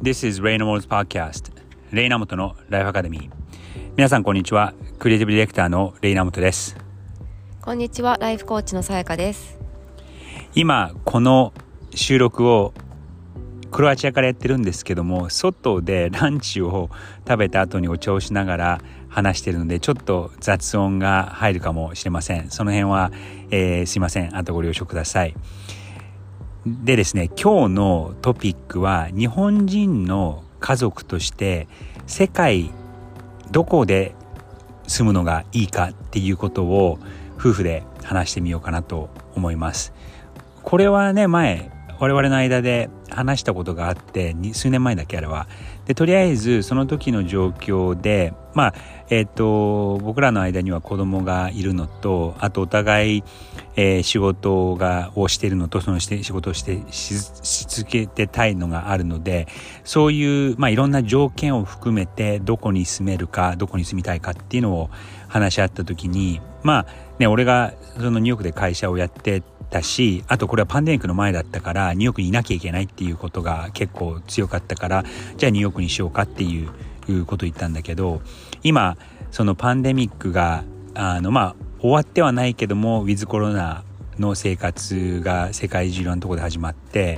This is Ray Namoto's podcast レイナモトのライフアカデミー。皆さんこんにちは。クリエイティブディレクターのレイナモトです。 こんにちは。ライフコーチのさやかです。 今この収録をクロアチアからやってるんですけども、外でランチを食べた後にお茶をしながら話しているので、ちょっと雑音が入るかもしれません。その辺は、すいません、あとご了承ください。でですね、今日のトピックは日本人の家族として世界どこで住むのがいいかっていうことを夫婦で話してみようかなと思います。これはね、前我々の間で話したことがあって、数年前だっけあれは。で、とりあえずその時の状況で、僕らの間には子供がいるのと、あとお互い、仕事をしているのと、その仕事をし続けてたいのがあるので、そういういろんな条件を含めてどこに住めるか、どこに住みたいかっていうのを話し合った時に、俺がそのニューヨークで会社をやってたし、あとこれはパンデミックの前だったからニューヨークにいなきゃいけないっていうことが結構強かったから、じゃあニューヨークにしようかっていうことを言ったんだけど、今そのパンデミックが終わってはないけども、ウィズコロナの生活が世界中のところで始まって、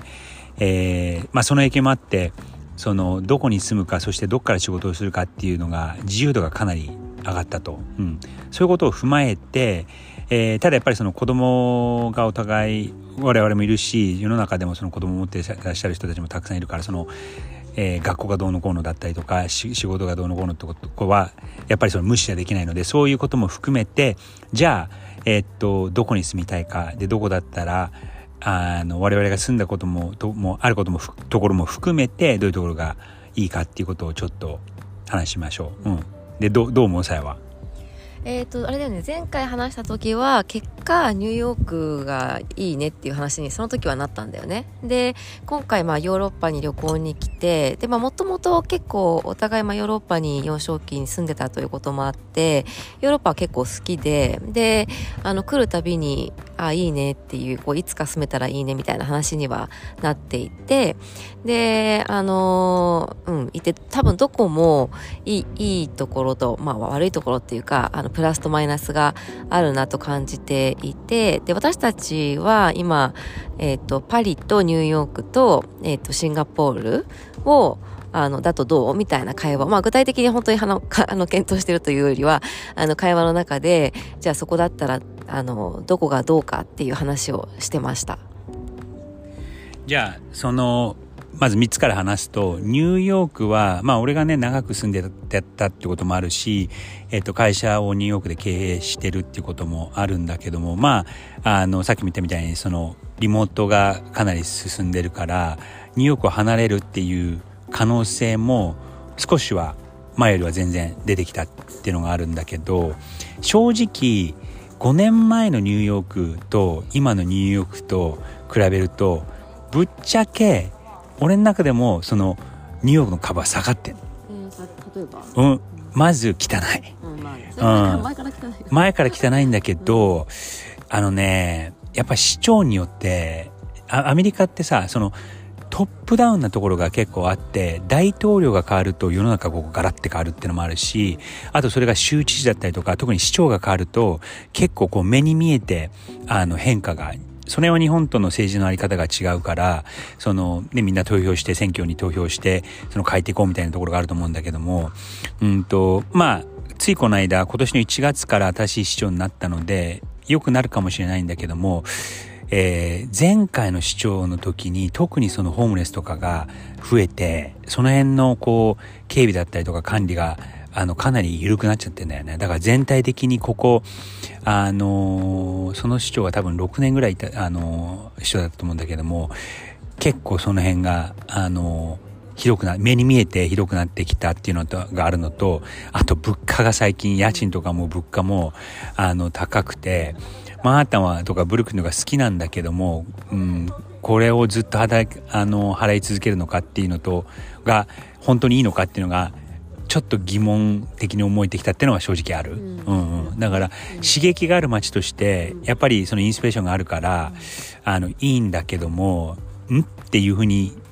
その影響もあって、そのどこに住むか、そしてどこから仕事をするかっていうのが自由度がかなり上がったと、そういうことを踏まえて、ただやっぱりその子供がお互い我々もいるし、世の中でもその子供を持っていらっしゃる人たちもたくさんいるから、その、学校がどうのこうのだったりとか仕事がどうのこうのってことはやっぱりその無視はできないので、そういうことも含めて、じゃあ、どこに住みたいかで、どこだったら我々が住んだこともあることもところも含めて、どういうところがいいかっていうことをちょっと話しましょう。でどう思うさやは。 あれだよね、前回話した時は結果ニューヨークがいいねっていう話にその時はなったんだよね。で、今回ヨーロッパに旅行に来て、でもともと結構お互いヨーロッパに幼少期に住んでたということもあって、ヨーロッパは結構好きで、来るたびにいいねっていう、いつか住めたらいいねみたいな話にはなっていて、でいて、多分どこもいいところと、悪いところっていうか、プラスとマイナスがあるなと感じていて、で、私たちは今パリとニューヨークとシンガポールをだとどうみたいな会話、具体的に本当に検討しているというよりは、会話の中で、じゃあそこだったらどこがどうかっていう話をしてました。 じゃあまず3つから話すと、ニューヨークは俺がね長く住んでたってこともあるし、会社をニューヨークで経営してるっていうこともあるんだけども、さっきも言ったみたいにそのリモートがかなり進んでるから、ニューヨークを離れるっていう可能性も少しは前よりは全然出てきたっていうのがあるんだけど、正直5年前のニューヨークと今のニューヨークと比べると、ぶっちゃけ俺の中でもそのニューヨークの株は下がってる。 例えば、 まず汚い、前から汚いんだけど、やっぱり市長によってアメリカってさ、そのトップダウンなところが結構あって、大統領が変わると世の中ガラッて変わるっていうのもあるし、あとそれが州知事だったりとか、特に市長が変わると結構目に見えて変化が、それは日本との政治のあり方が違うから、みんな投票して、選挙に投票して変えていこうみたいなところがあると思うんだけども、ついこの間、今年の1月から新しい市長になったので良くなるかもしれないんだけども、前回の市長の時に特にそのホームレスとかが増えて、その辺の警備だったりとか管理がかなり緩くなっちゃってんだよね。だから全体的にその市長が多分6年ぐらいいた市長だったと思うんだけども、結構その辺が目に見えてひどくなってきたっていうのがあるのと、あと物価が最近、家賃とかも物価も高くて、マンハッタンとかブルックリンが好きなんだけども、これをずっと払い続けるのかっていうのとが本当にいいのかっていうのがちょっと疑問的に思えてきたっていうのは正直ある、だから刺激がある街としてやっぱりそのインスピレーションがあるからいいんだけどもっていうふうに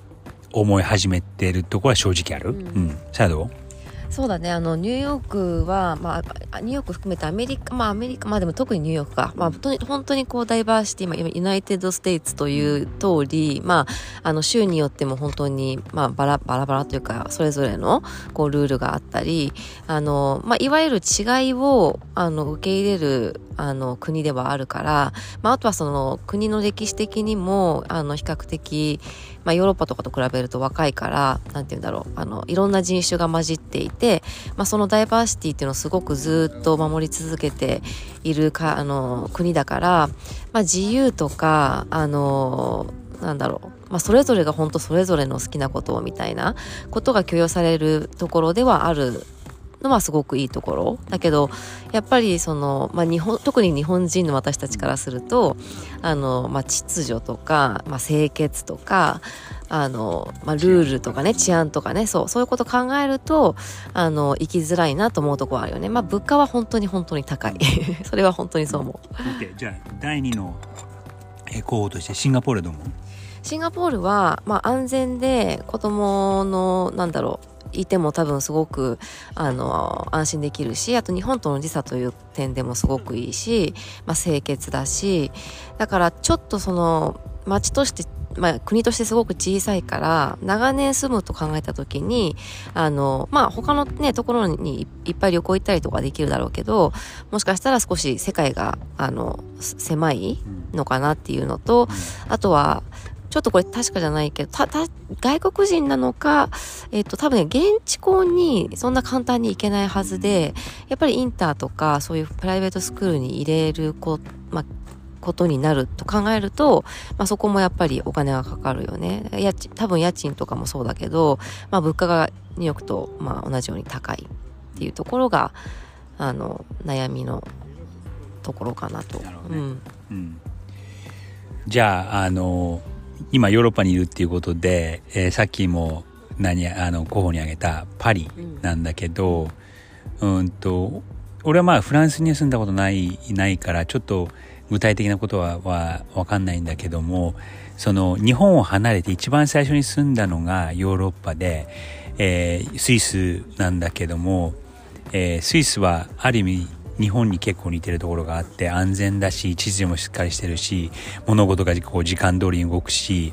思い始めてるところは正直ある。さあどう？ そうだね、ニューヨークは、ニューヨーク含めてアメリカ、でも特にニューヨークか、本当にこうダイバーシティ、ユナイテッドステイツという通り、州によっても本当に、バラバラというか、それぞれのこうルールがあったり、いわゆる違いを受け入れる国ではあるから、あとはその国の歴史的にも比較的、ヨーロッパとかと比べると若いから、なんていうんだろう、いろんな人種が混じっていて、そのダイバーシティっていうのをすごくずっと守り続けている国だから、自由とかなんだろう、それぞれが本当それぞれの好きなことをみたいなことが許容されるところではあるのはすごくいいところだけど、やっぱりその、特に日本人の私たちからすると秩序とか、清潔とかルールとかね、治安とかね、そういうこと考えると生きづらいなと思うところあるよね。物価は本当に高いそれは本当にそう思う。 じゃあ第2の候補としてシンガポールどう思う？ シンガポールは、安全で子供のいても多分すごく安心できるし、あと日本との時差という点でもすごくいいし、清潔だし、だからちょっとその町として国としてすごく小さいから長年住むと考えた時に他のねところにいっぱい旅行行ったりとかできるだろうけど、もしかしたら少し世界が狭いのかなっていうのと、あとはちょっとこれ確かじゃないけど、外国人なのか、多分ね、現地校にそんな簡単に行けないはずで、やっぱりインターとかそういうプライベートスクールに入れることになると考えると、そこもやっぱりお金がかかるよね。多分家賃とかもそうだけど、物価がニューヨークと同じように高いっていうところが悩みのところかなと。 じゃあ今ヨーロッパにいるっていうことで、さっきも候補に挙げたパリなんだけど、俺はフランスには住んだことないからちょっと具体的なことは分かんないんだけども、その日本を離れて一番最初に住んだのがヨーロッパで、スイスなんだけども、スイスはある意味日本に結構似てるところがあって、安全だし秩序もしっかりしてるし、物事がこう時間通りに動くし、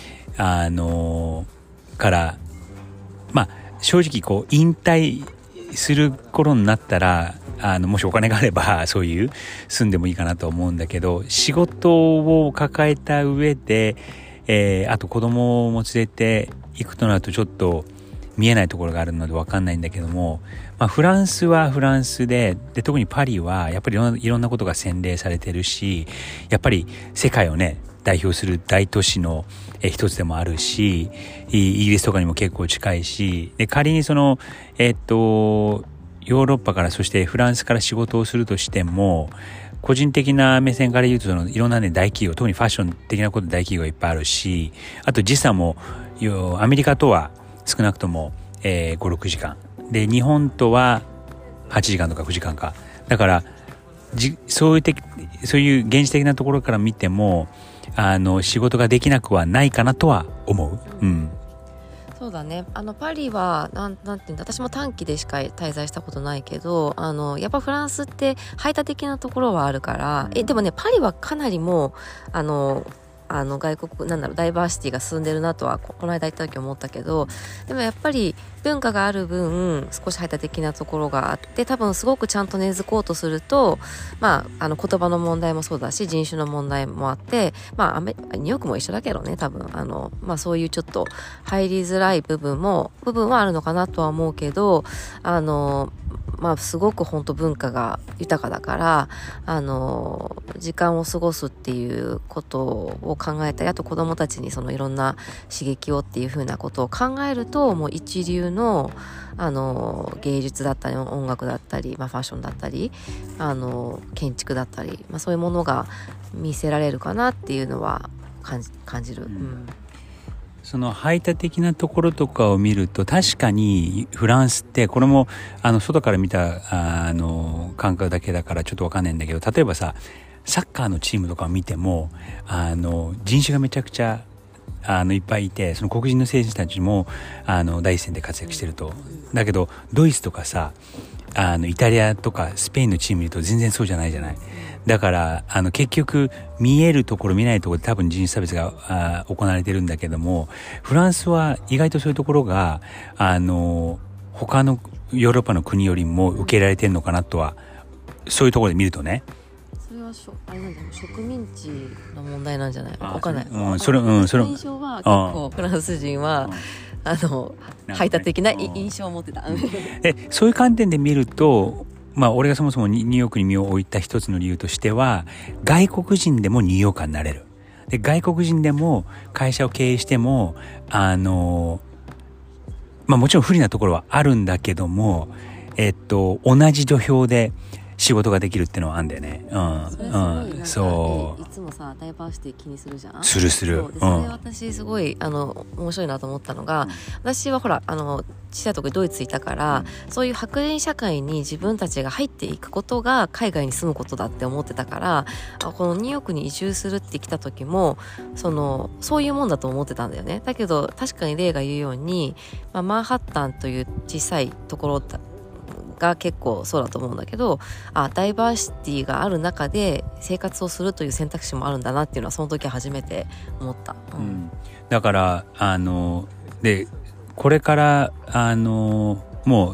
から正直こう引退する頃になったらもしお金があればそういう住んでもいいかなと思うんだけど、仕事を抱えた上で、あと子供も連れて行くとなるとちょっと見えないところがあるので分かんないんだけども、フランスはフランスで特にパリはやっぱりいろんなことが洗礼されてるし、やっぱり世界をね代表する大都市の一つでもあるし、イギリスとかにも結構近いし、で仮にそのヨーロッパからそしてフランスから仕事をするとしても、個人的な目線から言うといろんなね大企業、特にファッション的なことで大企業がいっぱいあるし、あと時差もアメリカとは少なくとも、5、6時間で、日本とは8時間とか9時間か。だからそういう現実的なところから見ても仕事ができなくはないかなとは思う。 そうだね。パリはなんていうんだ、私も短期でしか滞在したことないけど、やっぱフランスって排他的なところはあるから、でもね、パリはかなりもう外国ダイバーシティが進んでるなとはこの間行った時思ったけど、でもやっぱり文化がある分少し排他的なところがあって、多分すごくちゃんと根付こうとすると、言葉の問題もそうだし人種の問題もあって、ニューヨークも一緒だけどね、多分そういうちょっと入りづらい部分はあるのかなとは思うけど、すごく本当文化が豊かだから、時間を過ごすっていうことを考えたり、あと子供たちにそのいろんな刺激をっていう風なことを考えると、もう一流の芸術だったり音楽だったり、ファッションだったり建築だったり、そういうものが見せられるかなっていうのは感じる。 その排他的なところとかを見ると、確かにフランスってこれも外から見た感覚だけだからちょっと分かんないんだけど、例えばさサッカーのチームとかを見ても人種がめちゃくちゃいっぱいいて、その黒人の選手たちも第一線で活躍してると。だけどドイツとかさ、イタリアとかスペインのチーム見ると全然そうじゃないじゃない。だから結局見えるところ見ないところで多分人種差別が行われてるんだけども、フランスは意外とそういうところが他のヨーロッパの国よりも受け入れられてるのかなとは、そういうところで見るとね。 それはあれなんだろう、植民地の問題なんじゃない？わかんない。 それ印象は結構フランス人は排他的な印象を持ってた。 そういう観点で見ると、俺がそもそもニューヨークに身を置いた一つの理由としては、外国人でもニューヨーカーになれる。で、外国人でも会社を経営してももちろん不利なところはあるんだけども、同じ土俵で仕事ができるっていうのはあるんだよね。 そう。いつもさ、ダイバーシティ気にするじゃん。 する。それ私すごい面白いなと思ったのが、私はほら小さい時ドイツいたから、そういう白人社会に自分たちが入っていくことが海外に住むことだって思ってたから、このニューヨークに移住するって来た時もそういうもんだと思ってたんだよね。だけど確かに例が言うように、マンハッタンという小さいところが結構そうだと思うんだけど、ダイバーシティがある中で生活をするという選択肢もあるんだなっていうのはその時初めて思った。 だからでこれからもう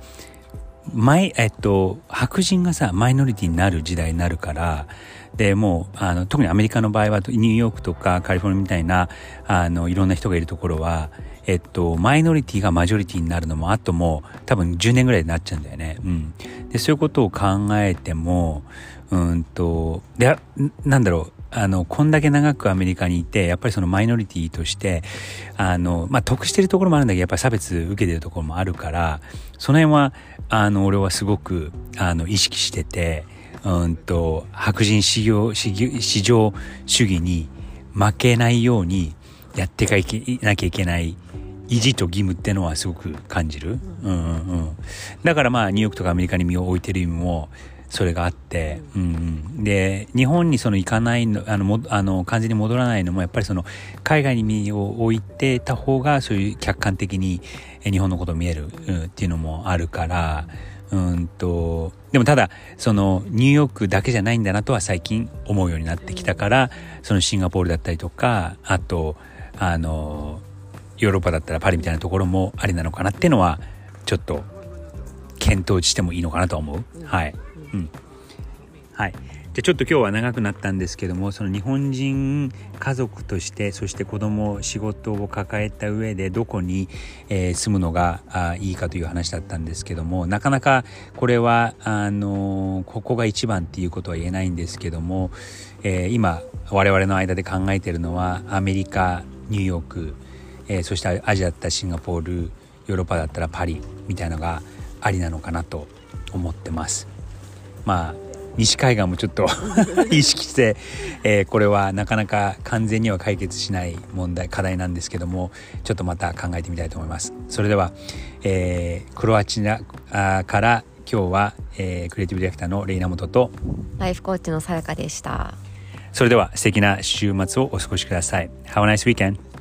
白人がさマイノリティになる時代になるから、でもう特にアメリカの場合はニューヨークとかカリフォルニアみたいないろんな人がいるところはマイノリティがマジョリティになるのもあともう多分10年ぐらいになっちゃうんだよね。でそういうことを考えてもでなんだろうこんだけ長くアメリカにいて、やっぱりそのマイノリティとして得してるところもあるんだけど、やっぱり差別受けてるところもあるから、その辺は俺はすごく意識してて、白人至上主義に負けないようにやっていなきゃいけない意地と義務ってのはすごく感じる。だからニューヨークとかアメリカに身を置いてる意味もそれがあって、で日本に行かないの完全に戻らないのもやっぱり海外に身を置いてた方がそういう客観的に日本のことを見える、っていうのもあるから、でもただニューヨークだけじゃないんだなとは最近思うようになってきたから、シンガポールだったりとか、あとヨーロッパだったらパリみたいなところもありなのかなっていうのはちょっと検討してもいいのかなと思う。はい。はい。じゃあちょっと今日は長くなったんですけども、日本人家族として、そして子供仕事を抱えた上でどこに、住むのがいいかという話だったんですけども、なかなかこれはここが一番っていうことは言えないんですけども、今我々の間で考えているのはアメリカ、ニューヨーク、そしてアジアだったらシンガポール、ヨーロッパだったらパリみたいなのがありなのかなと思ってます。西海岸もちょっと意識して、これはなかなか完全には解決しない課題なんですけども、ちょっとまた考えてみたいと思います。それでは、クロアチアから今日は、クリエイティブディレクターのレイナモトとライフコーチのさやかでした。 それでは素敵な週末をお過ごしください。Have a nice weekend.